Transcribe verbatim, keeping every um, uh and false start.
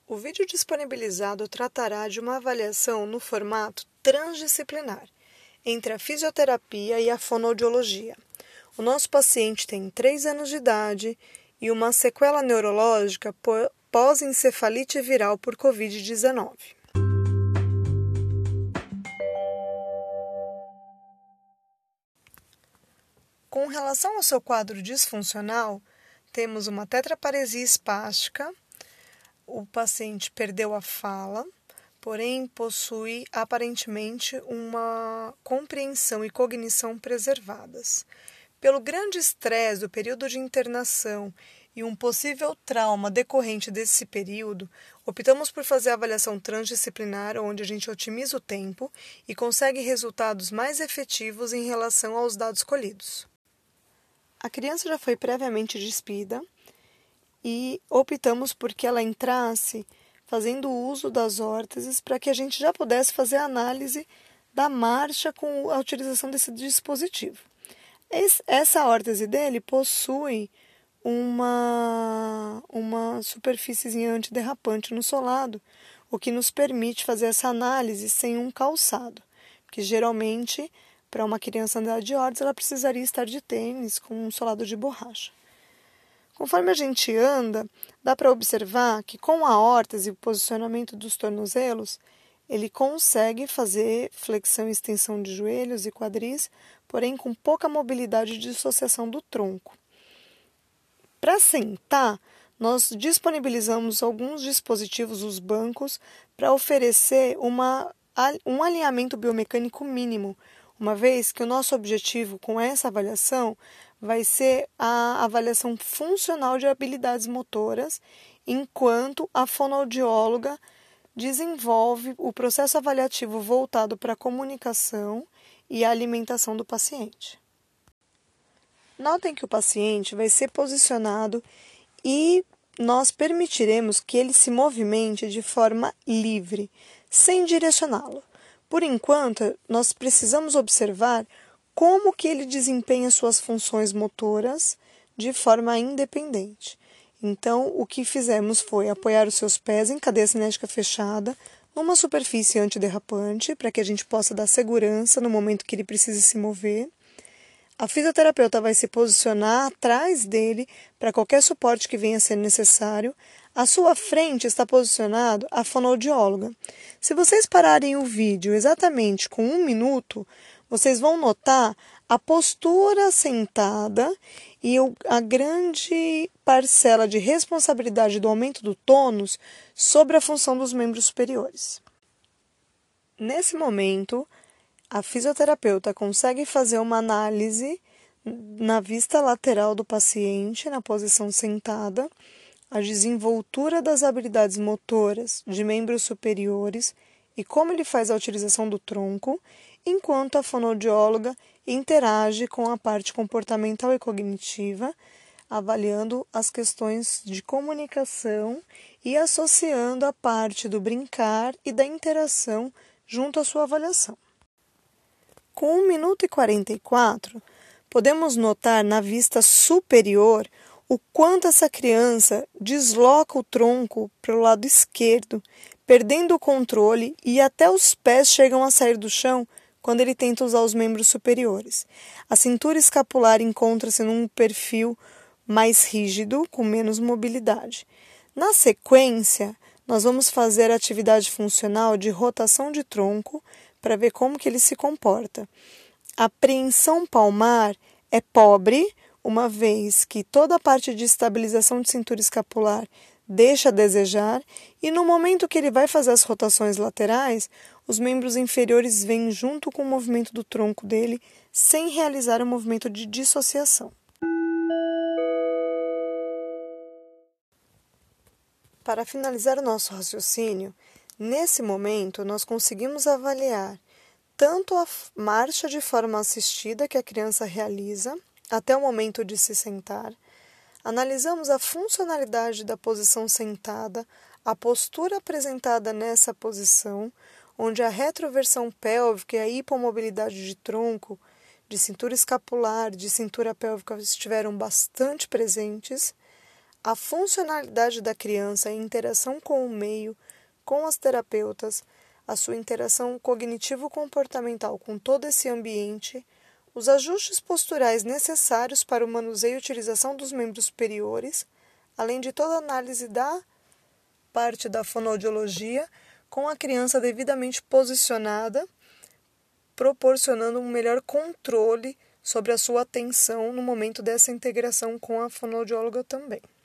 O vídeo disponibilizado tratará de uma avaliação no formato transdisciplinar, entre a fisioterapia e a fonoaudiologia. O nosso paciente tem três anos de idade e uma sequela neurológica pós-encefalite viral por covid dezenove. Com relação ao seu quadro disfuncional, temos uma tetraparesia espástica. O paciente perdeu a fala, porém possui aparentemente uma compreensão e cognição preservadas. Pelo grande estresse do período de internação e um possível trauma decorrente desse período, optamos por fazer a avaliação transdisciplinar, onde a gente otimiza o tempo e consegue resultados mais efetivos em relação aos dados colhidos. A criança já foi previamente despida e optamos por que ela entrasse fazendo uso das órteses para que a gente já pudesse fazer a análise da marcha com a utilização desse dispositivo. Essa órtese dele possui uma, uma superfície antiderrapante no solado, o que nos permite fazer essa análise sem um calçado, porque geralmente para uma criança andar de órtese ela precisaria estar de tênis com um solado de borracha. Conforme a gente anda, dá para observar que com a órtese e o posicionamento dos tornozelos, ele consegue fazer flexão e extensão de joelhos e quadris, porém com pouca mobilidade e dissociação do tronco. Para sentar, nós disponibilizamos alguns dispositivos, os bancos, para oferecer uma, um alinhamento biomecânico mínimo, uma vez que o nosso objetivo com essa avaliação vai ser a avaliação funcional de habilidades motoras, enquanto a fonoaudióloga desenvolve o processo avaliativo voltado para a comunicação e a alimentação do paciente. Notem que o paciente vai ser posicionado e nós permitiremos que ele se movimente de forma livre, sem direcioná-lo. Por enquanto, nós precisamos observar como que ele desempenha suas funções motoras de forma independente. Então, o que fizemos foi apoiar os seus pés em cadeia cinética fechada, numa superfície antiderrapante, para que a gente possa dar segurança no momento que ele precise se mover. A fisioterapeuta vai se posicionar atrás dele para qualquer suporte que venha a ser necessário. À sua frente está posicionado a fonoaudióloga. Se vocês pararem o vídeo exatamente com um minuto, vocês vão notar a postura sentada e a grande parcela de responsabilidade do aumento do tônus sobre a função dos membros superiores. Nesse momento, a fisioterapeuta consegue fazer uma análise na vista lateral do paciente, na posição sentada, a desenvoltura das habilidades motoras de membros superiores e como ele faz a utilização do tronco, enquanto a fonoaudióloga interage com a parte comportamental e cognitiva, avaliando as questões de comunicação e associando a parte do brincar e da interação junto à sua avaliação. Com um minuto e quarenta e quatro, podemos notar na vista superior o quanto essa criança desloca o tronco para o lado esquerdo, perdendo o controle e até os pés chegam a sair do chão quando ele tenta usar os membros superiores. A cintura escapular encontra-se num perfil mais rígido, com menos mobilidade. Na sequência, nós vamos fazer a atividade funcional de rotação de tronco para ver como que ele se comporta. A preensão palmar é pobre, uma vez que toda a parte de estabilização de cintura escapular deixa a desejar, e no momento que ele vai fazer as rotações laterais, os membros inferiores vêm junto com o movimento do tronco dele, sem realizar o movimento de dissociação. Para finalizar o nosso raciocínio, nesse momento nós conseguimos avaliar tanto a marcha de forma assistida que a criança realiza, até o momento de se sentar. Analisamos a funcionalidade da posição sentada, a postura apresentada nessa posição, onde a retroversão pélvica e a hipomobilidade de tronco, de cintura escapular, de cintura pélvica estiveram bastante presentes. a funcionalidade da criança em interação com o meio, com as terapeutas, a sua interação cognitivo-comportamental com todo esse ambiente, os ajustes posturais necessários para o manuseio e utilização dos membros superiores, além de toda a análise da parte da fonoaudiologia, com a criança devidamente posicionada, proporcionando um melhor controle sobre a sua atenção no momento dessa integração com a fonoaudióloga também.